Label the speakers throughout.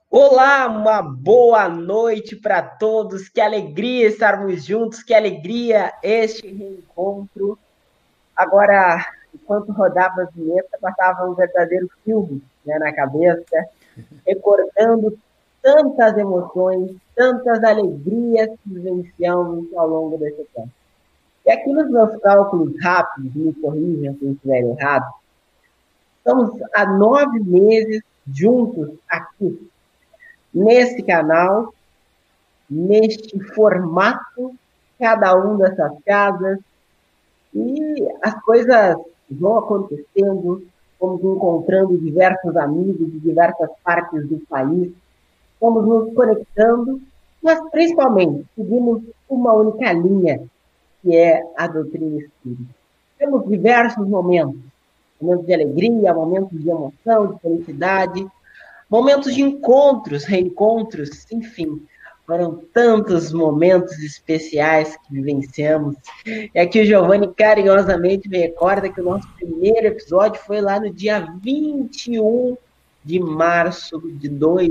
Speaker 1: Olá, uma boa noite para todos. Que alegria estarmos juntos, que alegria este reencontro. Agora, enquanto rodava a vinheta, passava um verdadeiro filme, né, na cabeça, recordando tantas emoções, tantas alegrias que vivenciamos ao longo desse tempo. E aqui nos meus cálculos rápidos, me corrijam se eu estiver errado, estamos há 9 meses juntos aqui, nesse canal, neste formato, cada um dessas casas, e as coisas vão acontecendo, vamos encontrando diversos amigos de diversas partes do país, vamos nos conectando, mas principalmente seguimos uma única linha, que é a doutrina espírita. Temos diversos momentos, momentos de alegria, momentos de emoção, de felicidade, momentos de encontros, reencontros, enfim, foram tantos momentos especiais que vivenciamos. E aqui o Giovanni carinhosamente me recorda que o nosso primeiro episódio foi lá no dia 21 de março de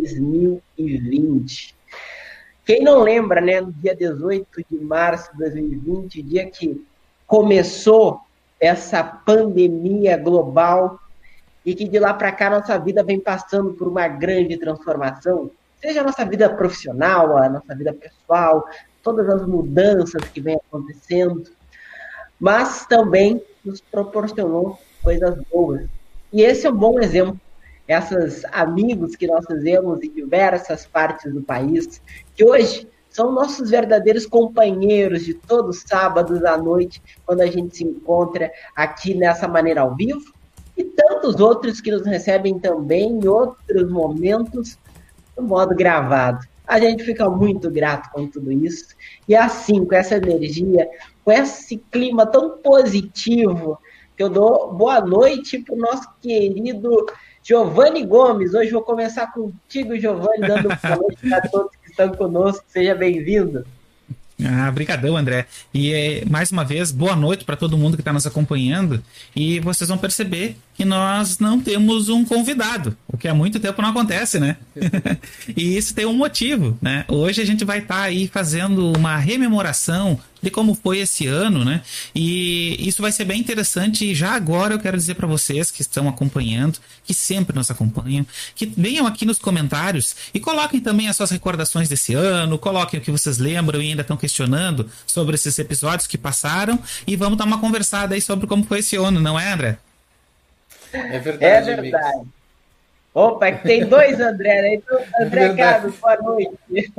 Speaker 1: 2020. Quem não lembra, né, no dia 18 de março de 2020, dia que começou essa pandemia global e que de lá para cá nossa vida vem passando por uma grande transformação, seja a nossa vida profissional, a nossa vida pessoal, todas as mudanças que vêm acontecendo, mas também nos proporcionou coisas boas. E esse é um bom exemplo. Esses amigos que nós fizemos em diversas partes do país, que hoje são nossos verdadeiros companheiros de todos os sábados à noite, quando a gente se encontra aqui nessa maneira ao vivo, e tantos outros que nos recebem também em outros momentos no modo gravado. A gente fica muito grato com tudo isso. E assim, com essa energia, com esse clima tão positivo, que eu dou boa noite para o nosso querido Giovanni Gomes. Hoje vou começar contigo, Giovanni, dando boa noite para todos que estão conosco. Seja bem-vindo.
Speaker 2: Brigadão, André. E mais uma vez, boa noite para todo mundo que está nos acompanhando. E vocês vão perceber que nós não temos um convidado, o que há muito tempo não acontece, né? E isso tem um motivo, né? Hoje a gente vai estar aí fazendo uma rememoração de como foi esse ano, né? E isso vai ser bem interessante. E já agora eu quero dizer para vocês que estão acompanhando, que sempre nos acompanham, que venham aqui nos comentários e coloquem também as suas recordações desse ano, coloquem o que vocês lembram e ainda estão questionando sobre esses episódios que passaram, e vamos dar uma conversada aí sobre como foi esse ano, não é, André?
Speaker 3: É verdade,
Speaker 1: É verdade.
Speaker 3: amigos.
Speaker 1: Opa, tem dois André, né? Então,
Speaker 3: É
Speaker 1: André
Speaker 3: verdade.
Speaker 1: Carlos, boa noite.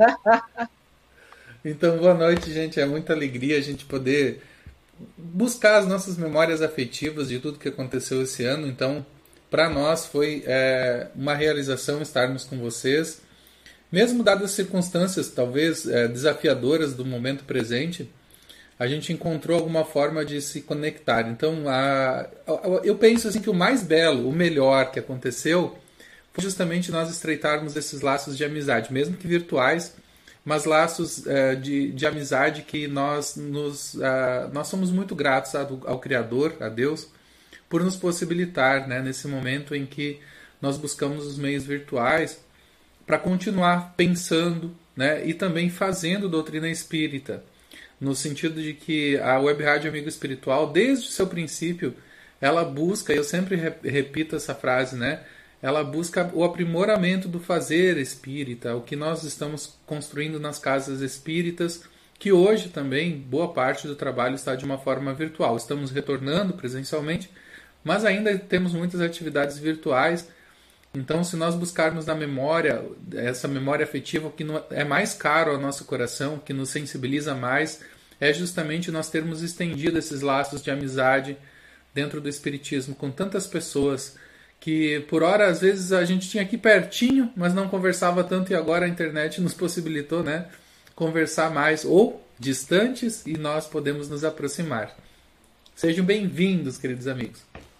Speaker 3: Então, boa noite, gente. É muita alegria a gente poder buscar as nossas memórias afetivas de tudo que aconteceu esse ano. Então, para nós foi uma realização estarmos com vocês. Mesmo dadas as circunstâncias, talvez desafiadoras do momento presente, a gente encontrou alguma forma de se conectar. Então, eu penso assim que o mais belo, o melhor que aconteceu foi justamente nós estreitarmos esses laços de amizade, mesmo que virtuais, mas laços de amizade que nós somos muito gratos ao Criador, a Deus, por nos possibilitar, né, nesse momento em que nós buscamos os meios virtuais para continuar pensando, né, e também fazendo doutrina espírita, no sentido de que a Web Rádio Amigo Espiritual, desde o seu princípio, ela busca, eu sempre repito essa frase, né? Ela busca o aprimoramento do fazer espírita, o que nós estamos construindo nas casas espíritas, que hoje também, boa parte do trabalho está de uma forma virtual. Estamos retornando presencialmente, mas ainda temos muitas atividades virtuais. Então, se nós buscarmos na memória, essa memória afetiva que é mais caro ao nosso coração, que nos sensibiliza mais, é justamente nós termos estendido esses laços de amizade dentro do Espiritismo com tantas pessoas que, por hora, às vezes a gente tinha aqui pertinho, mas não conversava tanto, e agora a internet nos possibilitou, né, conversar mais, ou distantes, e nós podemos nos aproximar. Sejam bem-vindos, queridos amigos.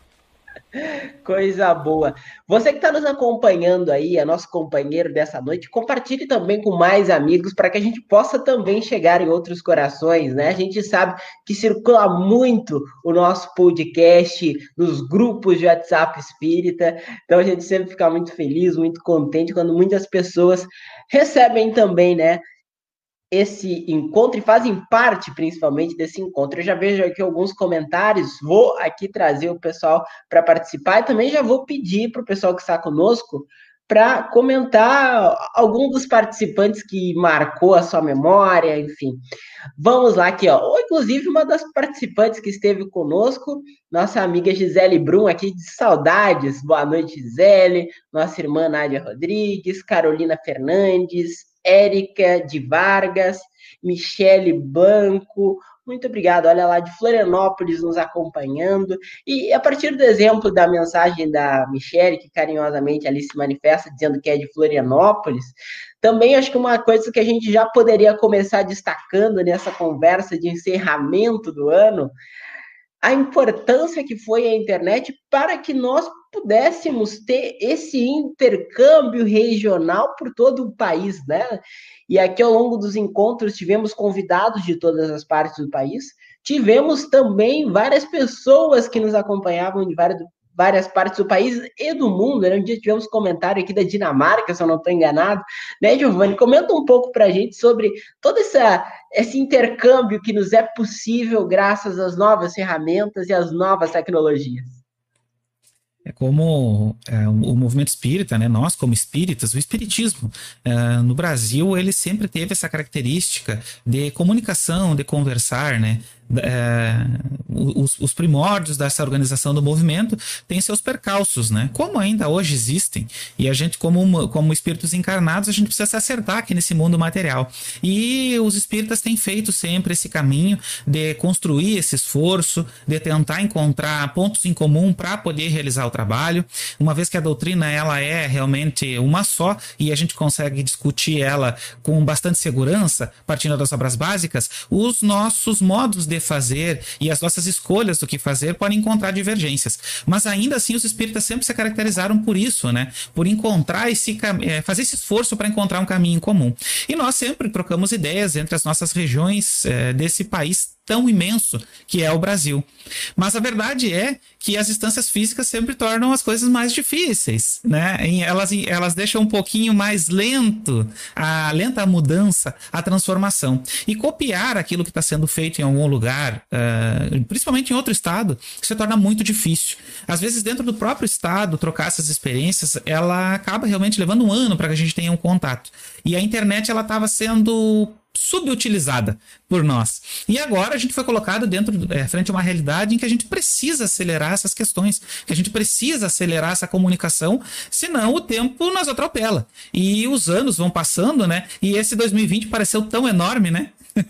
Speaker 1: Coisa boa. Você que está nos acompanhando aí, é nosso companheiro dessa noite, compartilhe também com mais amigos para que a gente possa também chegar em outros corações, né? A gente sabe que circula muito o nosso podcast nos grupos de WhatsApp Espírita, então a gente sempre fica muito feliz, muito contente quando muitas pessoas recebem também, né, esse encontro e fazem parte principalmente desse encontro. Eu já vejo aqui alguns comentários, vou aqui trazer o pessoal para participar e também já vou pedir para o pessoal que está conosco para comentar algum dos participantes que marcou a sua memória, enfim. Vamos lá aqui, ó. Ou, inclusive, uma das participantes que esteve conosco, nossa amiga Gisele Brum, aqui de saudades. Boa noite, Gisele. Nossa irmã Nádia Rodrigues, Carolina Fernandes, Érica de Vargas, Michele Blanco, muito obrigado. Olha lá, de Florianópolis nos acompanhando. E a partir do exemplo da mensagem da Michele, que carinhosamente ali se manifesta dizendo que é de Florianópolis, também acho que uma coisa que a gente já poderia começar destacando nessa conversa de encerramento do ano, a importância que foi a internet para que nós pudéssemos ter esse intercâmbio regional por todo o país, né? E aqui ao longo dos encontros tivemos convidados de todas as partes do país, tivemos também várias pessoas que nos acompanhavam de várias partes do país e do mundo, né? Um dia tivemos comentário aqui da Dinamarca, se eu não estou enganado, né, Giovanni? Comenta um pouco para a gente sobre todo esse intercâmbio que nos é possível graças às novas ferramentas e às novas tecnologias.
Speaker 2: É como o movimento espírita, né? Nós como espíritas, o espiritismo no Brasil, ele sempre teve essa característica de comunicação, de conversar, né? Os primórdios dessa organização do movimento têm seus percalços, né? Como ainda hoje existem, e a gente, como espíritos encarnados, a gente precisa se acertar aqui nesse mundo material. E os espíritas têm feito sempre esse caminho de construir esse esforço, de tentar encontrar pontos em comum para poder realizar o trabalho, uma vez que a doutrina ela é realmente uma só e a gente consegue discutir ela com bastante segurança, partindo das obras básicas, os nossos modos de fazer e as nossas escolhas do que fazer podem encontrar divergências. Mas ainda assim os espíritas sempre se caracterizaram por isso, né? Por encontrar fazer esse esforço para encontrar um caminho em comum. E nós sempre trocamos ideias entre as nossas regiões desse país tão imenso que é o Brasil. Mas a verdade é que as instâncias físicas sempre tornam as coisas mais difíceis, né? Elas deixam um pouquinho mais lenta a mudança, a transformação. E copiar aquilo que está sendo feito em algum lugar, principalmente em outro estado, se torna muito difícil. Às vezes, dentro do próprio estado, trocar essas experiências, ela acaba realmente levando um ano para que a gente tenha um contato. E a internet, ela estava sendo subutilizada por nós. E agora a gente foi colocado frente a uma realidade em que a gente precisa acelerar essas questões, que a gente precisa acelerar essa comunicação, senão o tempo nos atropela. E os anos vão passando, né? E esse 2020 pareceu tão enorme, né?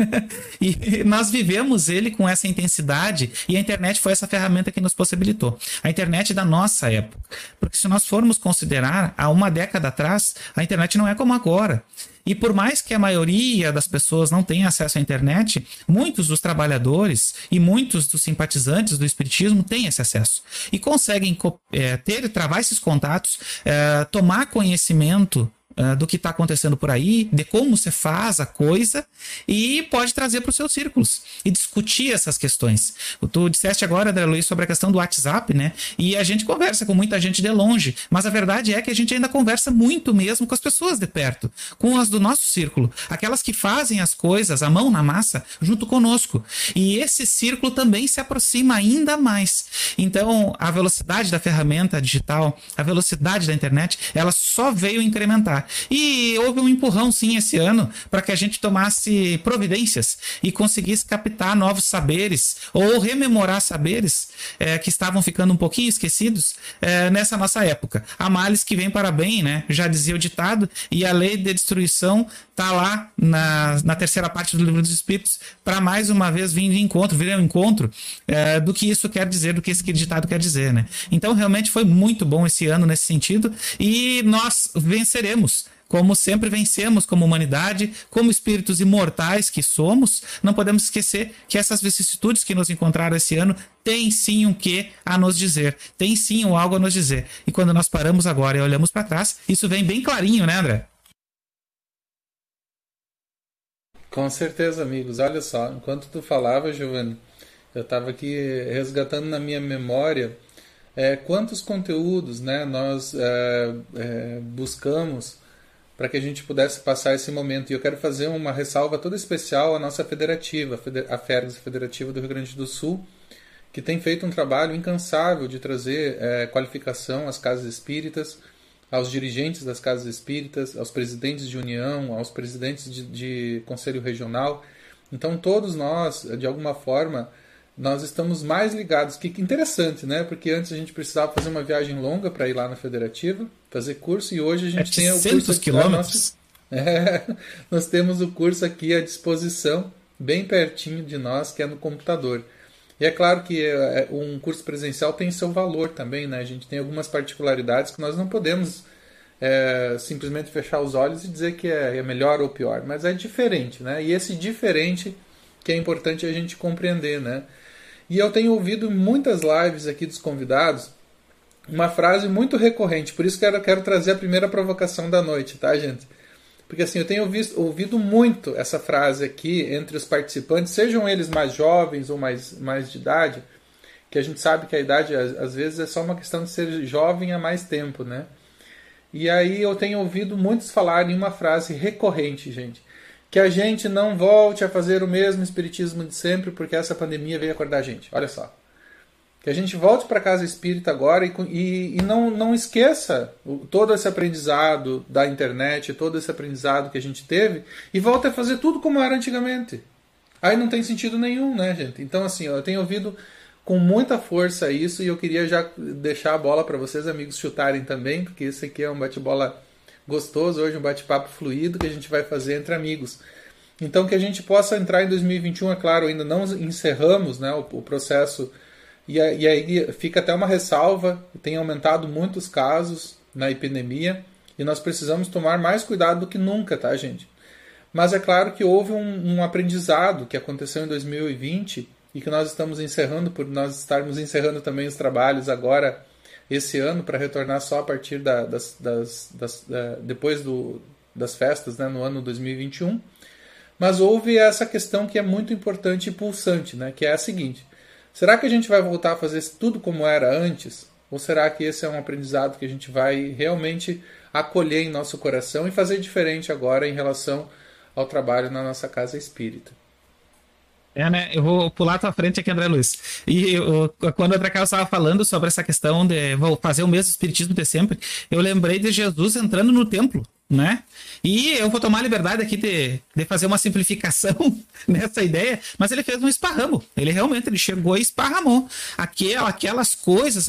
Speaker 2: E nós vivemos ele com essa intensidade e a internet foi essa ferramenta que nos possibilitou. A internet da nossa época. Porque se nós formos considerar, há uma década atrás, a internet não é como agora. E por mais que a maioria das pessoas não tenha acesso à internet, muitos dos trabalhadores e muitos dos simpatizantes do espiritismo têm esse acesso. E conseguem travar esses contatos, tomar conhecimento do que está acontecendo por aí, de como se faz a coisa e pode trazer para os seus círculos e discutir essas questões. Tu disseste agora, André Luiz, sobre a questão do WhatsApp, né? E a gente conversa com muita gente de longe, mas a verdade é que a gente ainda conversa muito mesmo com as pessoas de perto, com as do nosso círculo, aquelas que fazem as coisas, a mão na massa, junto conosco. E esse círculo também se aproxima ainda mais. Então, a velocidade da ferramenta digital, a velocidade da internet, ela só veio incrementar. E houve um empurrão, sim, esse ano, para que a gente tomasse providências e conseguisse captar novos saberes ou rememorar saberes que estavam ficando um pouquinho esquecidos nessa nossa época. Há males que vem para bem, né? Já dizia o ditado, e a lei de destruição está lá na terceira parte do Livro dos Espíritos para mais uma vez vir ao encontro do que isso quer dizer, do que esse ditado quer dizer, né? Então, realmente foi muito bom esse ano nesse sentido e nós venceremos. somos, como sempre vencemos como humanidade, como espíritos imortais que somos, não podemos esquecer que essas vicissitudes que nos encontraram esse ano têm sim um quê a nos dizer, tem sim um algo a nos dizer. E quando nós paramos agora e olhamos para trás, isso vem bem clarinho, né, André?
Speaker 3: Com certeza, amigos. Olha só, enquanto tu falava, Giovanni, eu estava aqui resgatando na minha memória quantos conteúdos, né, nós buscamos para que a gente pudesse passar esse momento. E eu quero fazer uma ressalva toda especial à nossa federativa, a FERGS, a Federativa do Rio Grande do Sul, que tem feito um trabalho incansável de trazer qualificação às casas espíritas, aos dirigentes das casas espíritas, aos presidentes de união, aos presidentes de conselho regional. Então todos nós, de alguma forma, nós estamos mais ligados. Que interessante, né? Porque antes a gente precisava fazer uma viagem longa para ir lá na federativa, fazer curso, e hoje a gente tem o curso aqui,
Speaker 2: quilômetros.
Speaker 3: Nós temos o curso aqui à disposição, bem pertinho de nós, que é no computador. E é claro que um curso presencial tem seu valor também, né? A gente tem algumas particularidades que nós não podemos simplesmente fechar os olhos e dizer que é melhor ou pior, mas é diferente, né? E esse diferente que é importante a gente compreender, né? E eu tenho ouvido muitas lives aqui dos convidados uma frase muito recorrente, por isso que eu quero trazer a primeira provocação da noite, tá, gente? Porque assim, eu tenho ouvido muito essa frase aqui entre os participantes, sejam eles mais jovens ou mais de idade, que a gente sabe que a idade às vezes é só uma questão de ser jovem há mais tempo, né? E aí eu tenho ouvido muitos falarem uma frase recorrente, gente, que a gente não volte a fazer o mesmo espiritismo de sempre porque essa pandemia veio acordar a gente. Olha só. Que a gente volte para a casa espírita agora e não esqueça todo esse aprendizado da internet, todo esse aprendizado que a gente teve e volte a fazer tudo como era antigamente. Aí não tem sentido nenhum, né, gente? Então, assim, eu tenho ouvido com muita força isso e eu queria já deixar a bola para vocês, amigos, chutarem também, porque esse aqui é um bate-bola gostoso, hoje um bate-papo fluido que a gente vai fazer entre amigos. Então, que a gente possa entrar em 2021, é claro, ainda não encerramos, né, o processo. E aí fica até uma ressalva, tem aumentado muitos casos na epidemia e nós precisamos tomar mais cuidado do que nunca, tá, gente? Mas é claro que houve um aprendizado que aconteceu em 2020 e que nós estamos encerrando, por nós estarmos encerrando também os trabalhos agora, esse ano, para retornar só a partir depois das festas, né, no ano 2021. Mas houve essa questão que é muito importante e pulsante, né, que é a seguinte: será que a gente vai voltar a fazer tudo como era antes? Ou será que esse é um aprendizado que a gente vai realmente acolher em nosso coração e fazer diferente agora em relação ao trabalho na nossa casa espírita?
Speaker 2: Né? Eu vou pular à tua frente aqui, André Luiz. E quando o André Carlos estava falando sobre essa questão de vou fazer o mesmo espiritismo de sempre, eu lembrei de Jesus entrando no templo, né? E eu vou tomar a liberdade aqui de fazer uma simplificação nessa ideia, mas ele fez um esparramo. Ele realmente chegou e esparramou aquelas coisas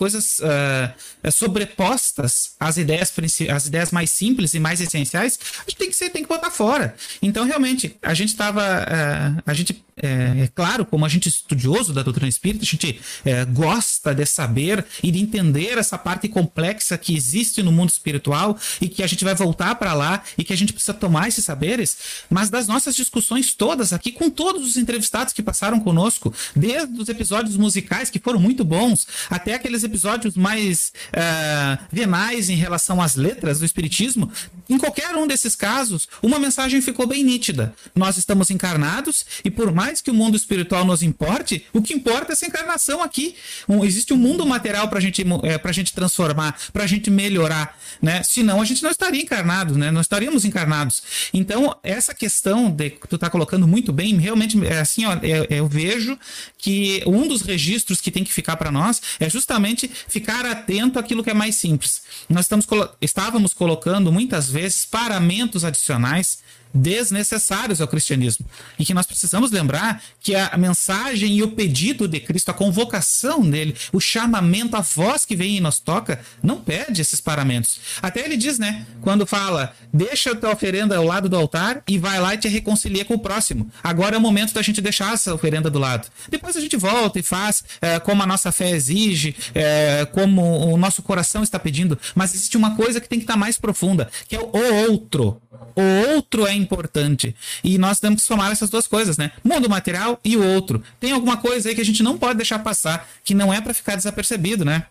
Speaker 2: sobrepostas às ideias mais simples e mais essenciais, a gente tem que botar fora. Então, realmente, a gente estava... É claro, como a gente é estudioso da doutrina espírita, a gente gosta de saber e de entender essa parte complexa que existe no mundo espiritual e que a gente vai voltar para lá e que a gente precisa tomar esses saberes, mas das nossas discussões todas aqui, com todos os entrevistados que passaram conosco, desde os episódios musicais, que foram muito bons, até aqueles episódios mais venais em relação às letras do espiritismo, em qualquer um desses casos, uma mensagem ficou bem nítida. Nós estamos encarnados e por mais que o mundo espiritual nos importe, o que importa é essa encarnação aqui. Existe um mundo material pra gente transformar, pra gente melhorar, né? Senão a gente não estaria encarnado, né? Não estaríamos encarnados. Então, essa questão que tu tá colocando muito bem, realmente é assim, ó, eu vejo que um dos registros que tem que ficar para nós é justamente ficar atento àquilo que é mais simples. Nós estávamos colocando muitas vezes paramentos adicionais desnecessários ao cristianismo e que nós precisamos lembrar que a mensagem e o pedido de Cristo, a convocação dele, o chamamento, a voz que vem e nos toca, não pede esses paramentos. Até ele diz, né, quando fala, deixa a tua oferenda ao lado do altar e vai lá e te reconcilia com o próximo. Agora é o momento da gente deixar essa oferenda do lado. Depois a gente volta e faz como a nossa fé exige, como o nosso coração está pedindo. Mas existe uma coisa que tem que estar mais profunda, que é o outro. O outro é importante. E nós temos que somar essas duas coisas, né? Mundo material e o outro. Tem alguma coisa aí que a gente não pode deixar passar, que não é para ficar desapercebido, né?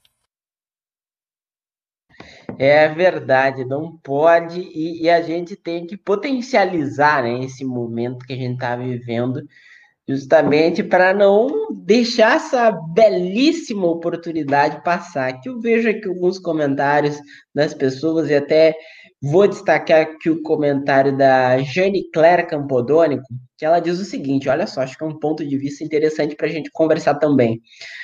Speaker 1: É verdade, não pode, e a gente tem que potencializar, né, esse momento que a gente está vivendo, justamente para não deixar essa belíssima oportunidade passar. Que eu vejo aqui alguns comentários das pessoas, e até vou destacar aqui o comentário da Jane Claire Campodônico, que ela diz o seguinte: olha só, acho que é um ponto de vista interessante para a gente conversar também.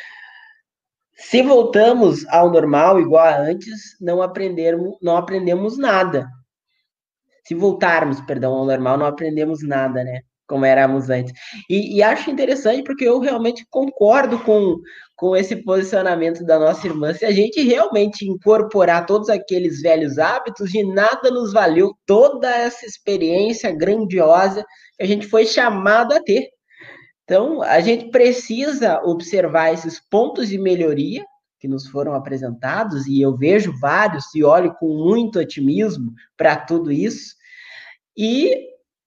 Speaker 1: Se voltamos ao normal, igual a antes, não aprendemos nada. Se voltarmos, perdão, ao normal, não aprendemos nada, né? Como éramos antes. E acho interessante porque eu realmente concordo com esse posicionamento da nossa irmã. Se a gente realmente incorporar todos aqueles velhos hábitos, de nada nos valeu toda essa experiência grandiosa que a gente foi chamado a ter. Então, a gente precisa observar esses pontos de melhoria que nos foram apresentados, e eu vejo vários e olho com muito otimismo para tudo isso, e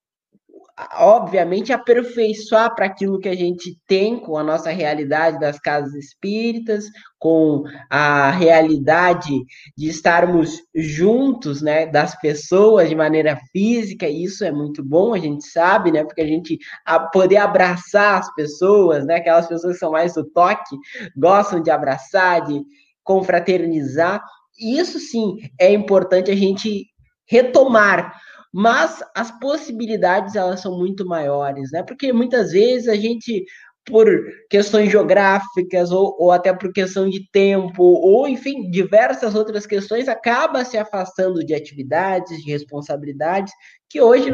Speaker 1: obviamente, aperfeiçoar para aquilo que a gente tem com a nossa realidade das casas espíritas, com a realidade de estarmos juntos, né, das pessoas de maneira física. Isso é muito bom, a gente sabe, né, porque a gente poder abraçar as pessoas, né, aquelas pessoas que são mais do toque, gostam de abraçar, de confraternizar. Isso sim é importante a gente retomar, mas as possibilidades elas são muito maiores, né? Porque muitas vezes a gente, por questões geográficas ou até por questão de tempo, ou enfim, diversas outras questões, acaba se afastando de atividades, de responsabilidades que hoje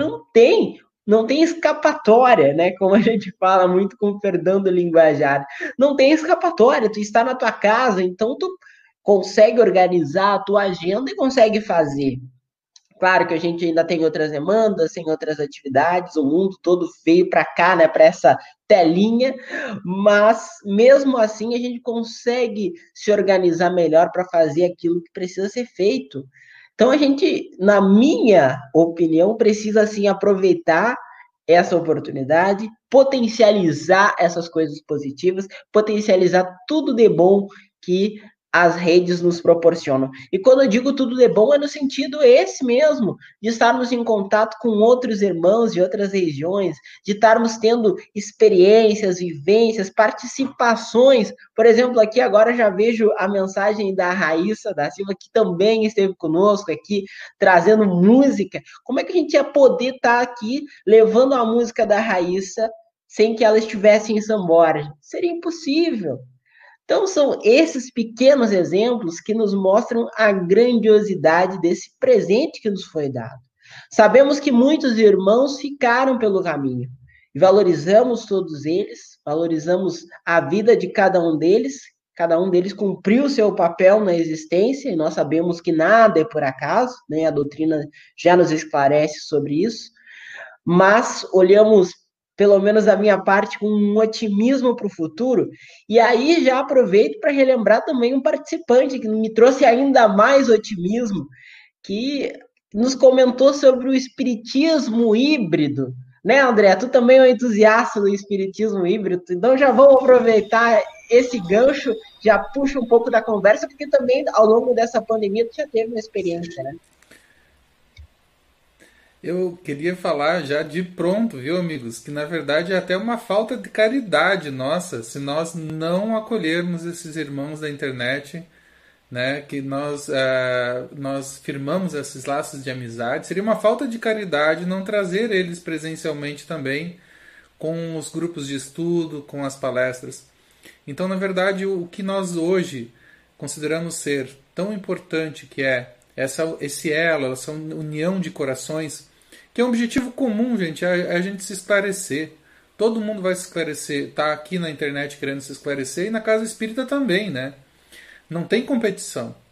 Speaker 1: não tem escapatória, né? Como a gente fala muito com perdão do linguajar. Não tem escapatória, tu está na tua casa, então tu consegue organizar a tua agenda e consegue fazer. Claro que a gente ainda tem outras demandas, tem outras atividades, o mundo todo veio para cá, né, para essa telinha, mas mesmo assim a gente consegue se organizar melhor para fazer aquilo que precisa ser feito. Então a gente, na minha opinião, precisa assim aproveitar essa oportunidade, potencializar essas coisas positivas, potencializar tudo de bom que as redes nos proporcionam. E quando eu digo tudo de bom, é no sentido esse mesmo, de estarmos em contato com outros irmãos de outras regiões, de estarmos tendo experiências, vivências, participações. Por exemplo, aqui agora já vejo a mensagem da Raíssa da Silva, que também esteve conosco aqui, trazendo música. Como é que a gente ia poder estar aqui levando a música da Raíssa sem que ela estivesse em São Borja? Seria impossível. Então, são esses pequenos exemplos que nos mostram a grandiosidade desse presente que nos foi dado. Sabemos que muitos irmãos ficaram pelo caminho e valorizamos todos eles, valorizamos a vida de cada um deles cumpriu o seu papel na existência e nós sabemos que nada é por acaso, né? A doutrina já nos esclarece sobre isso, mas olhamos pelo menos da minha parte, com um otimismo para o futuro. E aí já aproveito para relembrar também um participante que me trouxe ainda mais otimismo, que nos comentou sobre o espiritismo híbrido. Né, André? Tu também é um entusiasta do espiritismo híbrido, então já vamos aproveitar esse gancho, já puxa um pouco da conversa, porque também ao longo dessa pandemia tu já teve uma experiência, né?
Speaker 3: Eu queria falar já de pronto, viu, amigos, que na verdade é até uma falta de caridade nossa se nós não acolhermos esses irmãos da internet, né, que nós firmamos esses laços de amizade. Seria uma falta de caridade não trazer eles presencialmente também com os grupos de estudo, com as palestras. Então, na verdade, o que nós hoje consideramos ser tão importante, que é esse elo, essa união de corações, que é um objetivo comum, gente, é a gente se esclarecer. Todo mundo vai se esclarecer, tá aqui na internet querendo se esclarecer, e na casa espírita também, né? Não tem competição.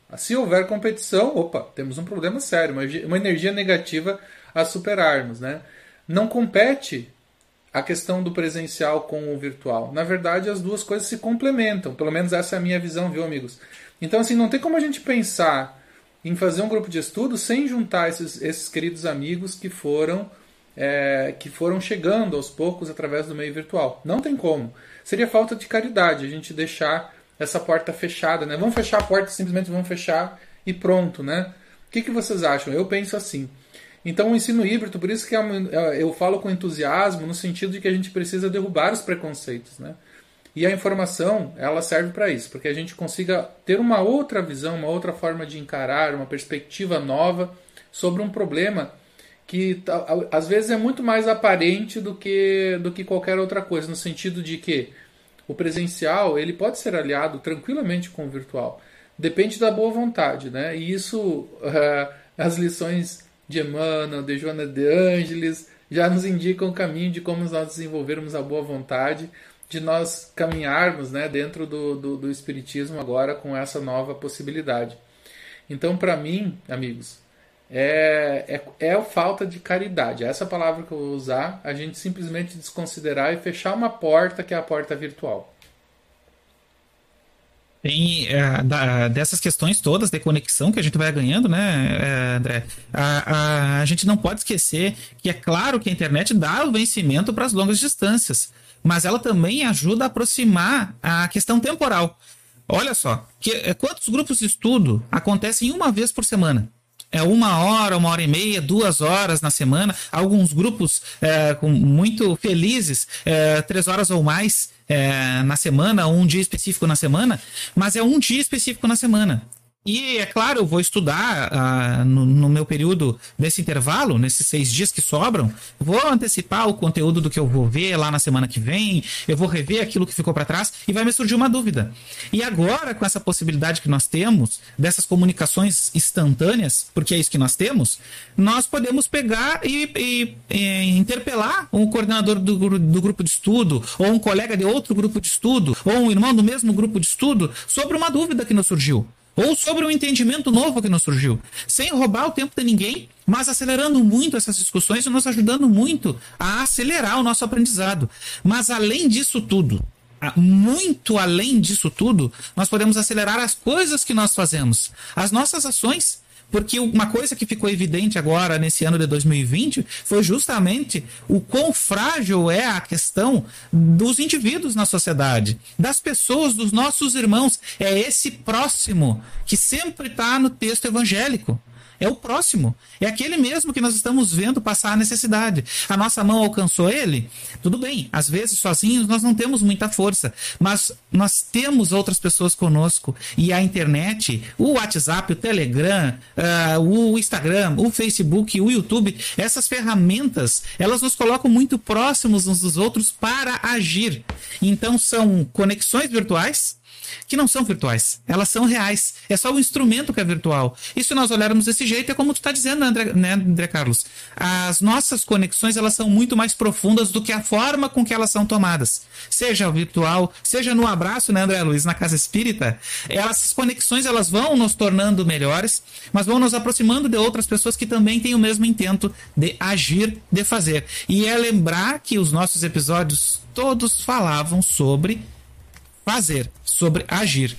Speaker 3: Se houver competição, opa, temos um problema sério, uma energia negativa a superarmos, né? Não compete a questão do presencial com o virtual. Na verdade, as duas coisas se complementam. Pelo menos essa é a minha visão, viu, amigos? Então, assim, não tem como a gente pensar em fazer um grupo de estudo sem juntar esses queridos amigos que foram chegando aos poucos através do meio virtual. Não tem como. Seria falta de caridade a gente deixar essa porta fechada, né? Vamos fechar a porta, simplesmente vamos fechar e pronto, né? O que vocês acham? Eu penso assim. Então, o ensino híbrido, por isso que eu falo com entusiasmo, no sentido de que a gente precisa derrubar os preconceitos, né? E a informação, ela serve para isso, porque a gente consiga ter uma outra visão, uma outra forma de encarar, uma perspectiva nova sobre um problema que às vezes é muito mais aparente do que qualquer outra coisa, no sentido de que o presencial ele pode ser aliado tranquilamente com o virtual. Depende da boa vontade, né? E isso, as lições de Emmanuel, de Joana de Ângeles, já nos indicam o caminho de como nós desenvolvermos a boa vontade, de nós caminharmos, né, dentro do Espiritismo agora com essa nova possibilidade. Então, para mim, amigos, é falta de caridade. Essa palavra que eu vou usar, a gente simplesmente desconsiderar e fechar uma porta que é a porta virtual.
Speaker 2: Tem dessas questões todas de conexão que a gente vai ganhando, né, André? A gente não pode esquecer que é claro que a internet dá o vencimento para as longas distâncias, mas ela também ajuda a aproximar a questão temporal. Olha só, quantos grupos de estudo acontecem uma vez por semana? É 1 hora, 1 hora e meia, 2 horas na semana. Alguns grupos muito felizes, 3 horas ou mais na semana, um dia específico na semana, mas é um dia específico na semana. E, é claro, eu vou estudar no meu período desse intervalo, nesses 6 dias que sobram, vou antecipar o conteúdo do que eu vou ver lá na semana que vem, eu vou rever aquilo que ficou para trás e vai me surgir uma dúvida. E agora, com essa possibilidade que nós temos, dessas comunicações instantâneas, porque é isso que nós temos, nós podemos pegar e interpelar um coordenador do grupo de estudo, ou um colega de outro grupo de estudo, ou um irmão do mesmo grupo de estudo, sobre uma dúvida que nos surgiu. Ou sobre um entendimento novo que nos surgiu, sem roubar o tempo de ninguém, mas acelerando muito essas discussões e nos ajudando muito a acelerar o nosso aprendizado. Mas além disso tudo, muito além disso tudo, nós podemos acelerar as coisas que nós fazemos, as nossas ações. Porque uma coisa que ficou evidente agora, nesse ano de 2020, foi justamente o quão frágil é a questão dos indivíduos na sociedade, das pessoas, dos nossos irmãos. É esse próximo que sempre está no texto evangélico. É o próximo. É aquele mesmo que nós estamos vendo passar a necessidade. A nossa mão alcançou ele? Tudo bem. Às vezes, sozinhos, nós não temos muita força. Mas nós temos outras pessoas conosco. E a internet, o WhatsApp, o Telegram, o Instagram, o Facebook, o YouTube, essas ferramentas, elas nos colocam muito próximos uns dos outros para agir. Então, são conexões virtuais que não são virtuais, elas são reais. É só o instrumento que é virtual. E se nós olharmos desse jeito, é como tu está dizendo, André Carlos. As nossas conexões, elas são muito mais profundas do que a forma com que elas são tomadas. Seja virtual, seja no abraço, né, André Luiz, na casa espírita. Essas conexões, elas vão nos tornando melhores, mas vão nos aproximando de outras pessoas que também têm o mesmo intento de agir, de fazer. E é lembrar que os nossos episódios todos falavam sobre fazer, sobre agir.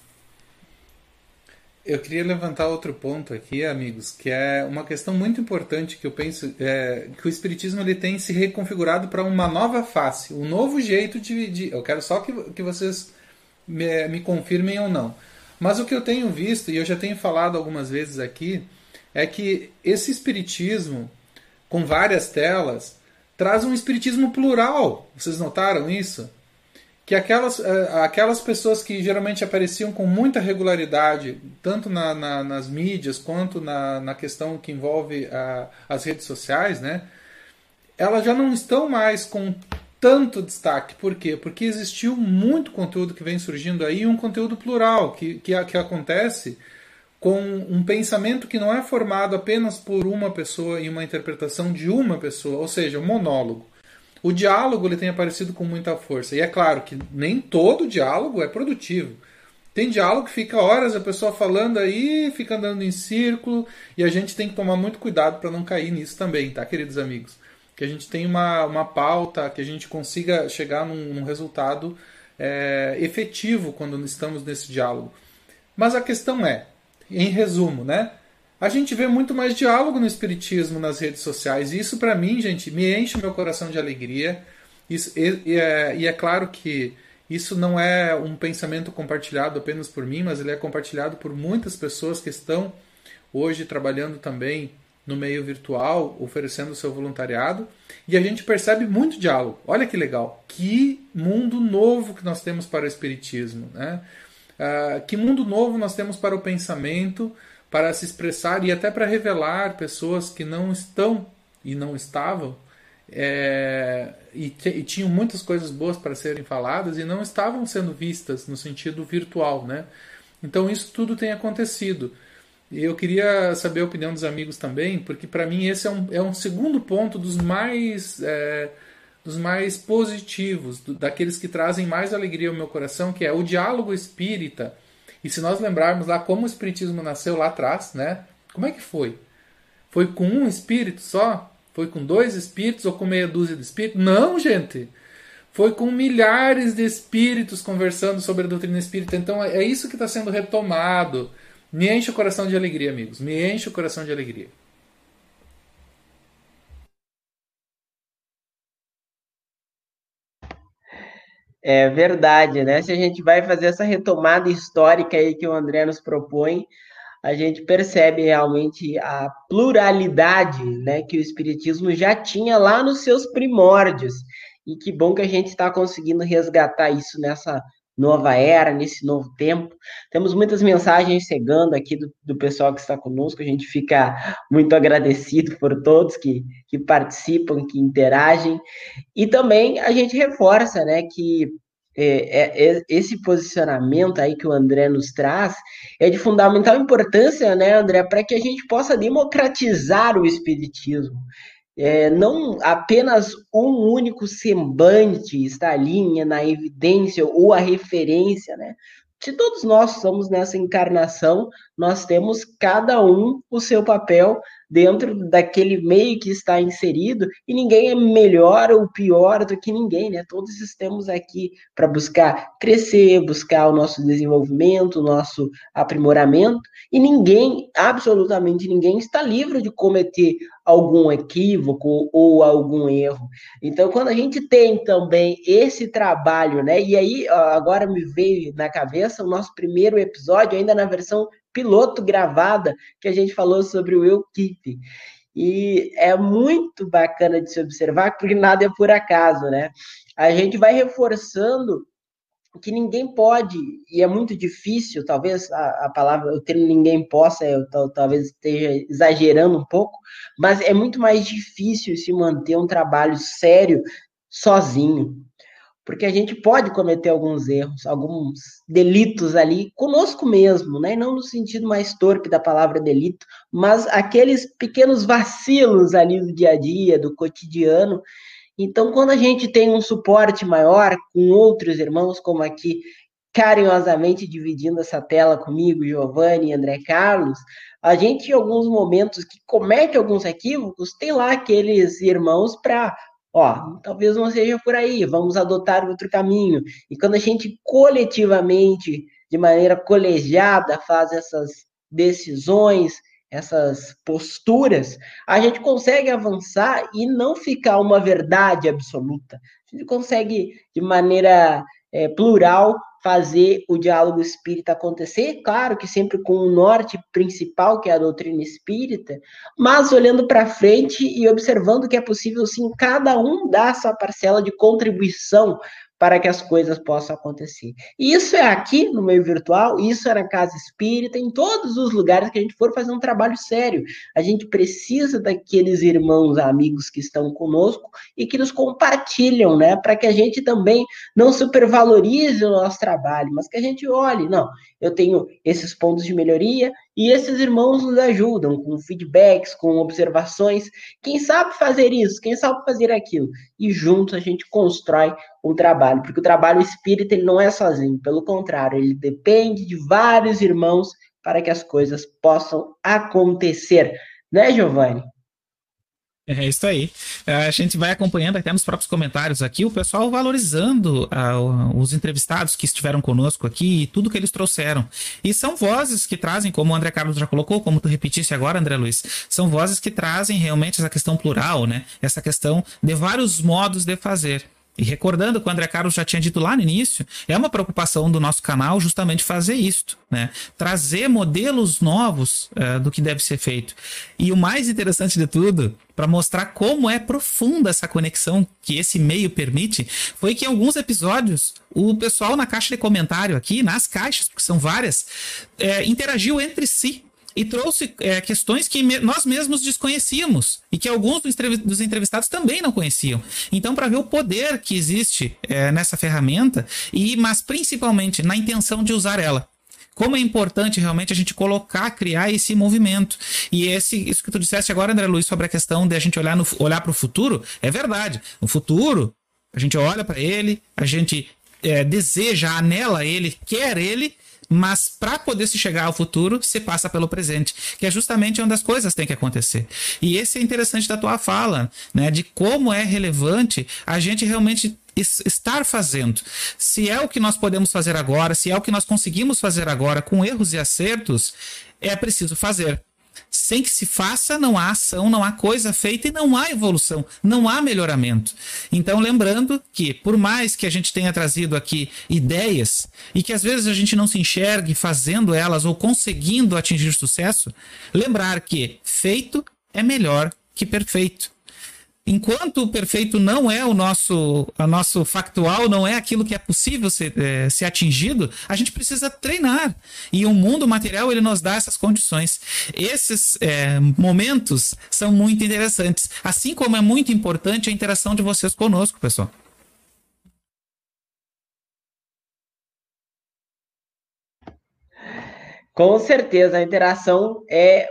Speaker 3: Eu queria levantar outro ponto aqui, amigos, que é uma questão muito importante que eu penso que o Espiritismo ele tem se reconfigurado para uma nova face, um novo jeito de... Eu quero só que vocês me confirmem ou não. Mas o que eu tenho visto, e eu já tenho falado algumas vezes aqui, é que esse Espiritismo, com várias telas, traz um Espiritismo plural. Vocês notaram isso? Que aquelas pessoas que geralmente apareciam com muita regularidade, tanto nas mídias quanto na questão que envolve as redes sociais, né, elas já não estão mais com tanto destaque. Por quê? Porque existiu muito conteúdo que vem surgindo aí, um conteúdo plural, que acontece com um pensamento que não é formado apenas por uma pessoa e uma interpretação de uma pessoa, ou seja, um monólogo. O diálogo ele tem aparecido com muita força. E é claro que nem todo diálogo é produtivo. Tem diálogo que fica horas a pessoa falando aí, fica andando em círculo, e a gente tem que tomar muito cuidado para não cair nisso também, tá, queridos amigos? Que a gente tenha uma pauta, que a gente consiga chegar num resultado efetivo quando estamos nesse diálogo. Mas a questão é, em resumo, né? A gente vê muito mais diálogo no Espiritismo nas redes sociais, e isso para mim, gente, me enche o meu coração de alegria. Isso, e é claro que isso não é um pensamento compartilhado apenas por mim, mas ele é compartilhado por muitas pessoas que estão hoje trabalhando também no meio virtual, oferecendo o seu voluntariado, e a gente percebe muito diálogo. Olha que legal, que mundo novo que nós temos para o Espiritismo, né? Que mundo novo nós temos para o pensamento, para se expressar e até para revelar pessoas que não estão e não estavam, e tinham muitas coisas boas para serem faladas e não estavam sendo vistas no sentido virtual, né? Então isso tudo tem acontecido. E eu queria saber a opinião dos amigos também, porque para mim esse é um segundo ponto dos mais positivos, daqueles que trazem mais alegria ao meu coração, que é o diálogo espírita. E se nós lembrarmos lá como o espiritismo nasceu lá atrás, né? Como é que foi? Foi com um espírito só? Foi com 2 espíritos ou com meia dúzia de espíritos? Não, gente! Foi com milhares de espíritos conversando sobre a doutrina espírita. Então é isso que está sendo retomado. Me enche o coração de alegria, amigos. Me enche o coração de alegria.
Speaker 1: É verdade, né? Se a gente vai fazer essa retomada histórica aí que o André nos propõe, a gente percebe realmente a pluralidade, né, que o Espiritismo já tinha lá nos seus primórdios. E que bom que a gente está conseguindo resgatar isso nessa nova era, nesse novo tempo. Temos muitas mensagens chegando aqui do pessoal que está conosco, a gente fica muito agradecido por todos que participam, que interagem. E também a gente reforça, né, que esse posicionamento aí que o André nos traz é de fundamental importância, né, André, para que a gente possa democratizar o espiritismo. Não apenas um único semblante está ali na evidência ou a referência, né? Se todos nós somos nessa encarnação, nós temos cada um o seu papel dentro daquele meio que está inserido, e ninguém é melhor ou pior do que ninguém, né? Todos estamos aqui para buscar crescer, buscar o nosso desenvolvimento, o nosso aprimoramento, e ninguém, absolutamente ninguém, está livre de cometer algum equívoco ou algum erro. Então, quando a gente tem também esse trabalho, né? E aí, agora me veio na cabeça o nosso primeiro episódio, ainda na versão piloto gravada, que a gente falou sobre o eu keep. E é muito bacana de se observar, porque nada é por acaso, né? A gente vai reforçando que ninguém pode, e é muito difícil, talvez a palavra, o termo ninguém possa, eu talvez esteja exagerando um pouco, mas é muito mais difícil se manter um trabalho sério sozinho. Porque a gente pode cometer alguns erros, alguns delitos ali conosco mesmo, né? Não no sentido mais torpe da palavra delito, mas aqueles pequenos vacilos ali do dia a dia, do cotidiano. Então, quando a gente tem um suporte maior com outros irmãos, como aqui, carinhosamente dividindo essa tela comigo, Giovanni e André Carlos, a gente, em alguns momentos que comete alguns equívocos, tem lá aqueles irmãos para, talvez não seja por aí, vamos adotar outro caminho. E quando a gente coletivamente, de maneira colegiada, faz essas decisões, essas posturas, a gente consegue avançar e não ficar uma verdade absoluta. A gente consegue, de maneira plural, fazer o diálogo espírita acontecer, claro que sempre com o norte principal, que é a doutrina espírita, mas olhando para frente e observando que é possível, sim, cada um dar sua parcela de contribuição para que as coisas possam acontecer. E isso é aqui no meio virtual, isso é na casa espírita, em todos os lugares que a gente for fazer um trabalho sério. A gente precisa daqueles irmãos, amigos que estão conosco e que nos compartilham, né? Para que a gente também não supervalorize o nosso trabalho, mas que a gente olhe, não, eu tenho esses pontos de melhoria E esses irmãos nos ajudam com feedbacks, com observações. Quem sabe fazer isso, quem sabe fazer aquilo. E juntos a gente constrói um trabalho, porque o trabalho espírita ele não é sozinho, pelo contrário, ele depende de vários irmãos para que as coisas possam acontecer. Né, Giovanni?
Speaker 2: É isso aí. A gente vai acompanhando até nos próprios comentários aqui, o pessoal valorizando os entrevistados que estiveram conosco aqui e tudo que eles trouxeram. E são vozes que trazem, como o André Carlos já colocou, como tu repetisse agora, André Luiz, são vozes que trazem realmente essa questão plural, né? Essa questão de vários modos de fazer. E recordando que o André Carlos já tinha dito lá no início, é uma preocupação do nosso canal justamente fazer isto, né? Trazer modelos novos do que deve ser feito. E o mais interessante de tudo, para mostrar como é profunda essa conexão que esse meio permite, foi que em alguns episódios o pessoal na caixa de comentário aqui, nas caixas, porque são várias, interagiu entre si. E trouxe questões que nós mesmos desconhecíamos e que alguns dos entrevistados também não conheciam. Então, para ver o poder que existe nessa ferramenta, mas principalmente na intenção de usar ela. Como é importante realmente a gente criar esse movimento. E isso que tu disseste agora, André Luiz, sobre a questão de a gente olhar para o futuro, é verdade. O futuro, a gente olha para ele, a gente deseja, anela ele, quer ele, mas para poder se chegar ao futuro, se passa pelo presente, que é justamente onde as coisas têm que acontecer. E esse é interessante da tua fala, né, de como é relevante a gente realmente estar fazendo. Se é o que nós podemos fazer agora, se é o que nós conseguimos fazer agora, com erros e acertos, é preciso fazer. Sem que se faça, não há ação, não há coisa feita e não há evolução, não há melhoramento. Então, lembrando que, por mais que a gente tenha trazido aqui ideias e que às vezes a gente não se enxergue fazendo elas ou conseguindo atingir sucesso, lembrar que feito é melhor que perfeito. Enquanto o perfeito não é o nosso factual, não é aquilo que é possível ser atingido, a gente precisa treinar. E o mundo material ele nos dá essas condições. Esses momentos são muito interessantes. Assim como é muito importante a interação de vocês conosco, pessoal.
Speaker 1: Com certeza, a interação é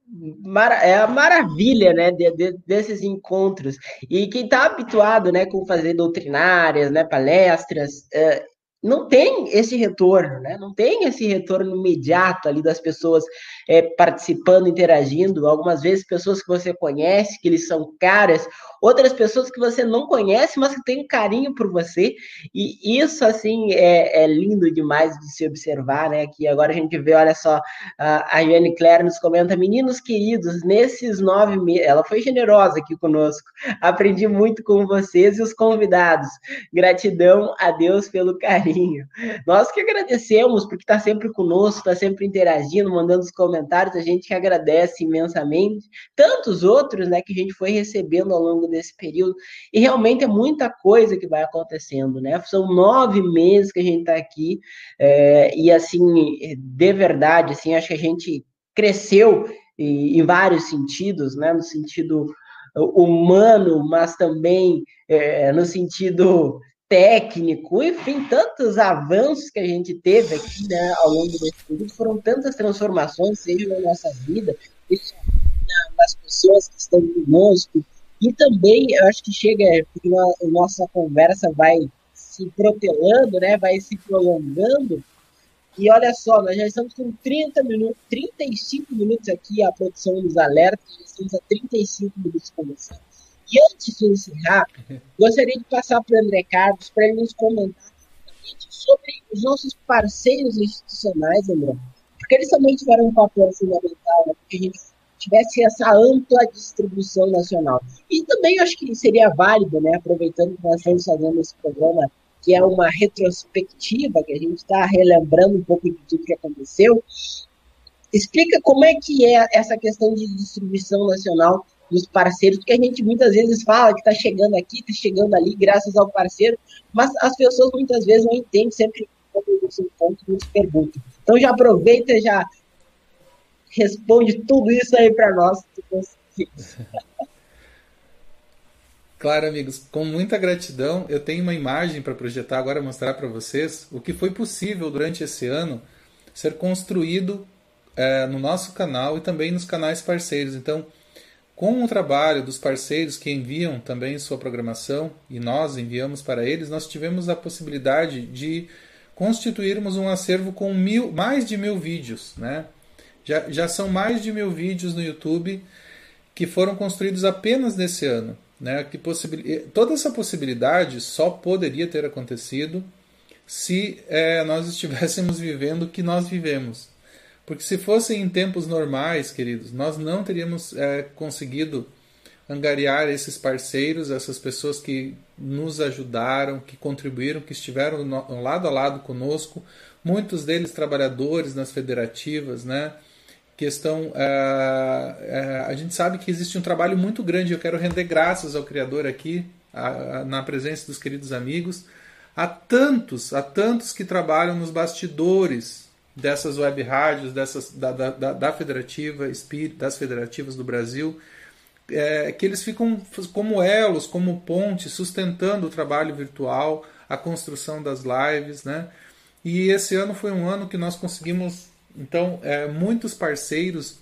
Speaker 1: a maravilha, né, desses encontros. E quem está habituado, né, com fazer doutrinárias, né, palestras, não tem esse retorno, né? Não tem esse retorno imediato ali das pessoas participando, interagindo. Algumas vezes pessoas que você conhece, que eles são caras, outras pessoas que você não conhece, mas que têm um carinho por você. E isso, assim, é lindo demais de se observar, né? Que agora a gente vê, olha só, a Jane Claire nos comenta, meninos queridos, nesses 9 meses, ela foi generosa aqui conosco, aprendi muito com vocês e os convidados. Gratidão a Deus pelo carinho. Nós que agradecemos, porque está sempre conosco, está sempre interagindo, mandando os comentários, a gente que agradece imensamente. Tantos outros, né, que a gente foi recebendo ao longo desse período, e realmente é muita coisa que vai acontecendo, né? São 9 meses que a gente está aqui, e assim, de verdade, assim, acho que a gente cresceu em vários sentidos, né? No sentido humano, mas também no sentido técnico, enfim, tantos avanços que a gente teve aqui, né, ao longo desse período, foram tantas transformações, seja na nossa vida, seja nas pessoas que estão conosco, e também, eu acho que chega, porque a nossa conversa vai se protelando, né, vai se prolongando, e olha só, nós já estamos com 35 minutos aqui, a produção dos alertas, já estamos a 35 minutos conversando. E antes de encerrar, gostaria de passar para o André Carlos para ele nos comentar sobre os nossos parceiros institucionais, André, porque eles também tiveram um papel fundamental, né, porque a gente tivesse essa ampla distribuição nacional. E também acho que seria válido, né, aproveitando que nós estamos fazendo esse programa, que é uma retrospectiva, que a gente está relembrando um pouco de tudo que aconteceu, explica como é que é essa questão de distribuição nacional dos parceiros, porque a gente muitas vezes fala que está chegando aqui, está chegando ali, graças ao parceiro, mas as pessoas muitas vezes não entendem, sempre quando esse ponto nos perguntam. Então já aproveita, já responde tudo isso aí para nós.
Speaker 3: Claro, amigos, com muita gratidão, eu tenho uma imagem para projetar agora, mostrar para vocês o que foi possível durante esse ano ser construído no nosso canal e também nos canais parceiros. Então, com o trabalho dos parceiros que enviam também sua programação e nós enviamos para eles, nós tivemos a possibilidade de constituirmos um acervo com mais de 1.000 vídeos, né? Já são mais de 1.000 vídeos no YouTube que foram construídos apenas nesse ano, né? Toda essa possibilidade só poderia ter acontecido se nós estivéssemos vivendo o que nós vivemos. Porque se fosse em tempos normais, queridos, nós não teríamos conseguido angariar esses parceiros, essas pessoas que nos ajudaram, que contribuíram, que estiveram lado a lado conosco, muitos deles trabalhadores nas federativas, né? A gente sabe que existe um trabalho muito grande. Eu quero render graças ao Criador aqui, na presença dos queridos amigos, a tantos que trabalham nos bastidores dessas web rádios, da Federativa Espírita, das federativas do Brasil, que eles ficam como elos, como pontes, sustentando o trabalho virtual, a construção das lives, né? E esse ano foi um ano que nós conseguimos, então, muitos parceiros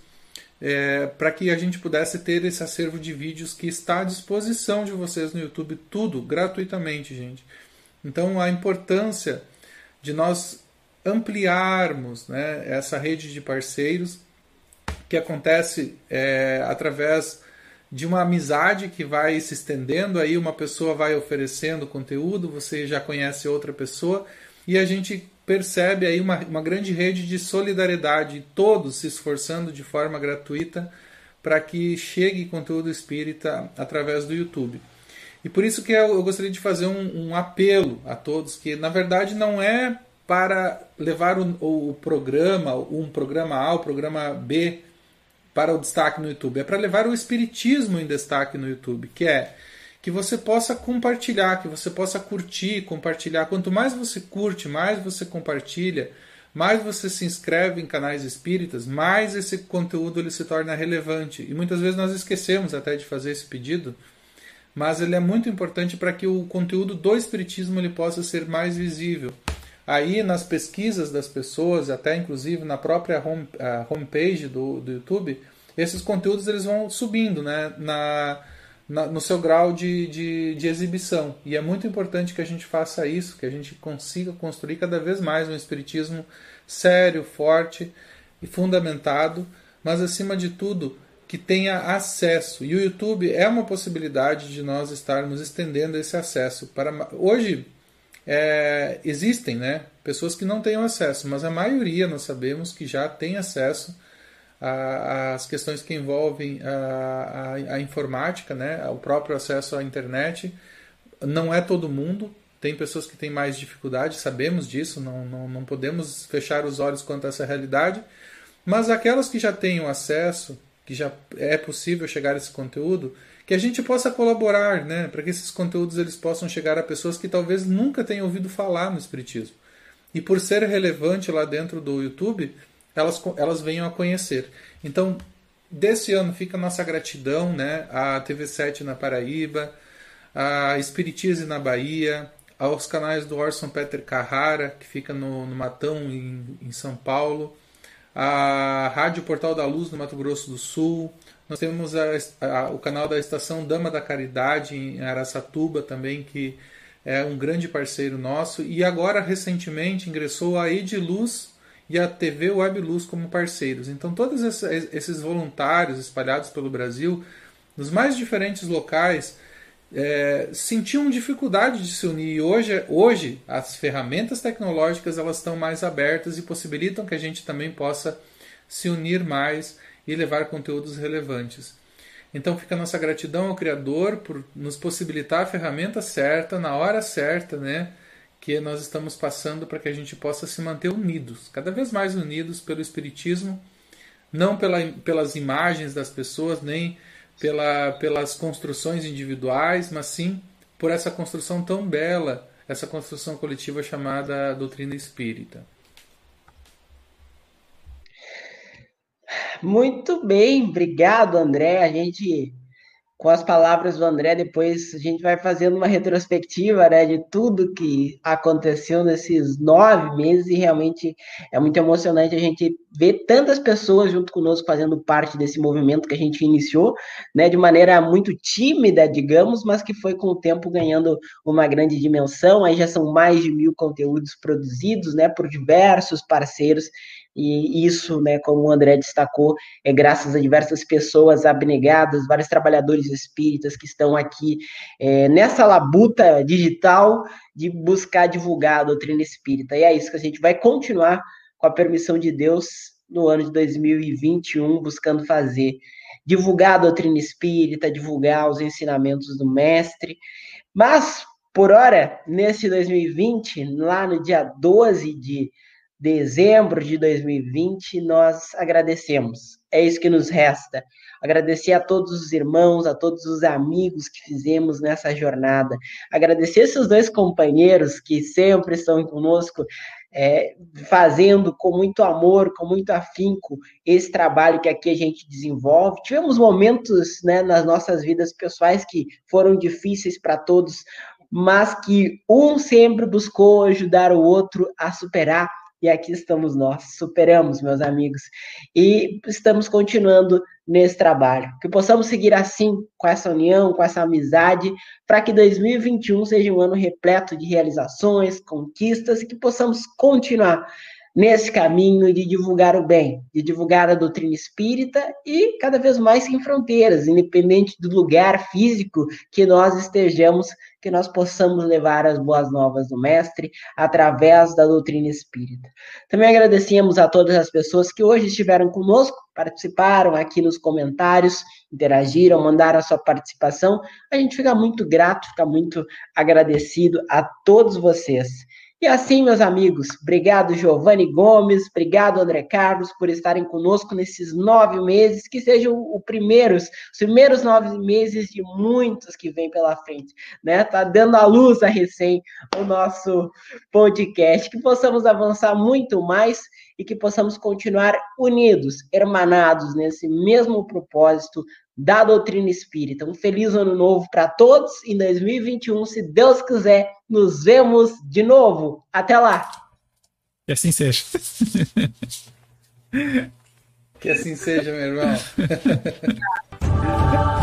Speaker 3: para que a gente pudesse ter esse acervo de vídeos que está à disposição de vocês no YouTube, tudo gratuitamente, gente. Então, a importância de nós ampliarmos, né, essa rede de parceiros, que acontece através de uma amizade que vai se estendendo, aí uma pessoa vai oferecendo conteúdo, você já conhece outra pessoa, e a gente percebe aí uma grande rede de solidariedade, todos se esforçando de forma gratuita para que chegue conteúdo espírita através do YouTube. E por isso que eu gostaria de fazer um apelo a todos, que na verdade não é para levar o programa, um programa A, o programa B, para o destaque no YouTube. É para levar o Espiritismo em destaque no YouTube, que é que você possa compartilhar, que você possa curtir, compartilhar. Quanto mais você curte, mais você compartilha, mais você se inscreve em canais espíritas, mais esse conteúdo ele se torna relevante. E muitas vezes nós esquecemos até de fazer esse pedido, mas ele é muito importante para que o conteúdo do Espiritismo ele possa ser mais visível. Aí nas pesquisas das pessoas, até inclusive na própria homepage do YouTube, esses conteúdos eles vão subindo, né, no seu grau de exibição. E é muito importante que a gente faça isso, que a gente consiga construir cada vez mais um espiritismo sério, forte e fundamentado, mas acima de tudo que tenha acesso. E o YouTube é uma possibilidade de nós estarmos estendendo esse acesso. Hoje existem, né, pessoas que não têm acesso, mas a maioria nós sabemos que já tem acesso às questões que envolvem a informática, né, o próprio acesso à internet. Não é todo mundo, tem pessoas que têm mais dificuldade, sabemos disso, não podemos fechar os olhos quanto a essa realidade, mas aquelas que já têm o acesso, que já é possível chegar a esse conteúdo, que a gente possa colaborar, né, para que esses conteúdos eles possam chegar a pessoas que talvez nunca tenham ouvido falar no Espiritismo. E por ser relevante lá dentro do YouTube, elas venham a conhecer. Então, desse ano fica a nossa gratidão, né, à TV7 na Paraíba, à Espiritismo na Bahia, aos canais do Orson Peter Carrara, que fica no Matão, em São Paulo, a Rádio Portal da Luz no Mato Grosso do Sul. Nós temos o canal da Estação Dama da Caridade em Araçatuba também, que é um grande parceiro nosso. E agora, recentemente, ingressou a Ediluz e a TV Web Luz como parceiros. Então, todos esses voluntários espalhados pelo Brasil, nos mais diferentes locais, sentiam dificuldade de se unir. E hoje as ferramentas tecnológicas elas estão mais abertas e possibilitam que a gente também possa se unir mais e levar conteúdos relevantes. Então fica a nossa gratidão ao Criador por nos possibilitar a ferramenta certa, na hora certa, né, que nós estamos passando para que a gente possa se manter unidos, cada vez mais unidos pelo Espiritismo, não pelas imagens das pessoas, nem pelas construções individuais, mas sim por essa construção tão bela, essa construção coletiva chamada doutrina espírita.
Speaker 1: Muito bem, obrigado, André. A gente com as palavras do André, depois a gente vai fazendo uma retrospectiva, né, de tudo que aconteceu nesses 9 meses, e realmente é muito emocionante a gente ver tantas pessoas junto conosco fazendo parte desse movimento que a gente iniciou, né, de maneira muito tímida, digamos, mas que foi com o tempo ganhando uma grande dimensão. Aí já são mais de 1.000 conteúdos produzidos, né, por diversos parceiros, e isso, né, como o André destacou, é graças a diversas pessoas abnegadas, vários trabalhadores espíritas que estão aqui nessa labuta digital de buscar divulgar a doutrina espírita. E é isso que a gente vai continuar, com a permissão de Deus, no ano de 2021, buscando fazer. Divulgar a doutrina espírita, divulgar os ensinamentos do mestre. Mas, por hora, nesse 2020, lá no dia 12 de dezembro de 2020, nós agradecemos. É isso que nos resta. Agradecer a todos os irmãos, a todos os amigos que fizemos nessa jornada. Agradecer esses dois companheiros que sempre estão conosco, fazendo com muito amor, com muito afinco, esse trabalho que aqui a gente desenvolve. Tivemos momentos, né, nas nossas vidas pessoais que foram difíceis para todos, mas que um sempre buscou ajudar o outro a superar. E aqui estamos nós, superamos, meus amigos, e estamos continuando nesse trabalho. Que possamos seguir assim, com essa união, com essa amizade, para que 2021 seja um ano repleto de realizações, conquistas, e que possamos continuar nesse caminho de divulgar o bem, de divulgar a doutrina espírita, e cada vez mais sem fronteiras, independente do lugar físico que nós estejamos, que nós possamos levar as boas novas do mestre através da doutrina espírita. Também agradecemos a todas as pessoas que hoje estiveram conosco, participaram aqui nos comentários, interagiram, mandaram a sua participação. A gente fica muito grato, fica muito agradecido a todos vocês. E assim, meus amigos, obrigado, Giovanni Gomes, obrigado, André Carlos, por estarem conosco nesses 9 meses, que sejam os primeiros 9 meses de muitos que vêm pela frente, né? Tá dando à luz a recém o nosso podcast, que possamos avançar muito mais e que possamos continuar unidos, hermanados nesse mesmo propósito da doutrina espírita. Um feliz ano novo para todos. Em 2021, se Deus quiser, nos vemos de novo. Até lá.
Speaker 2: Que assim seja.
Speaker 3: Que assim seja, meu irmão.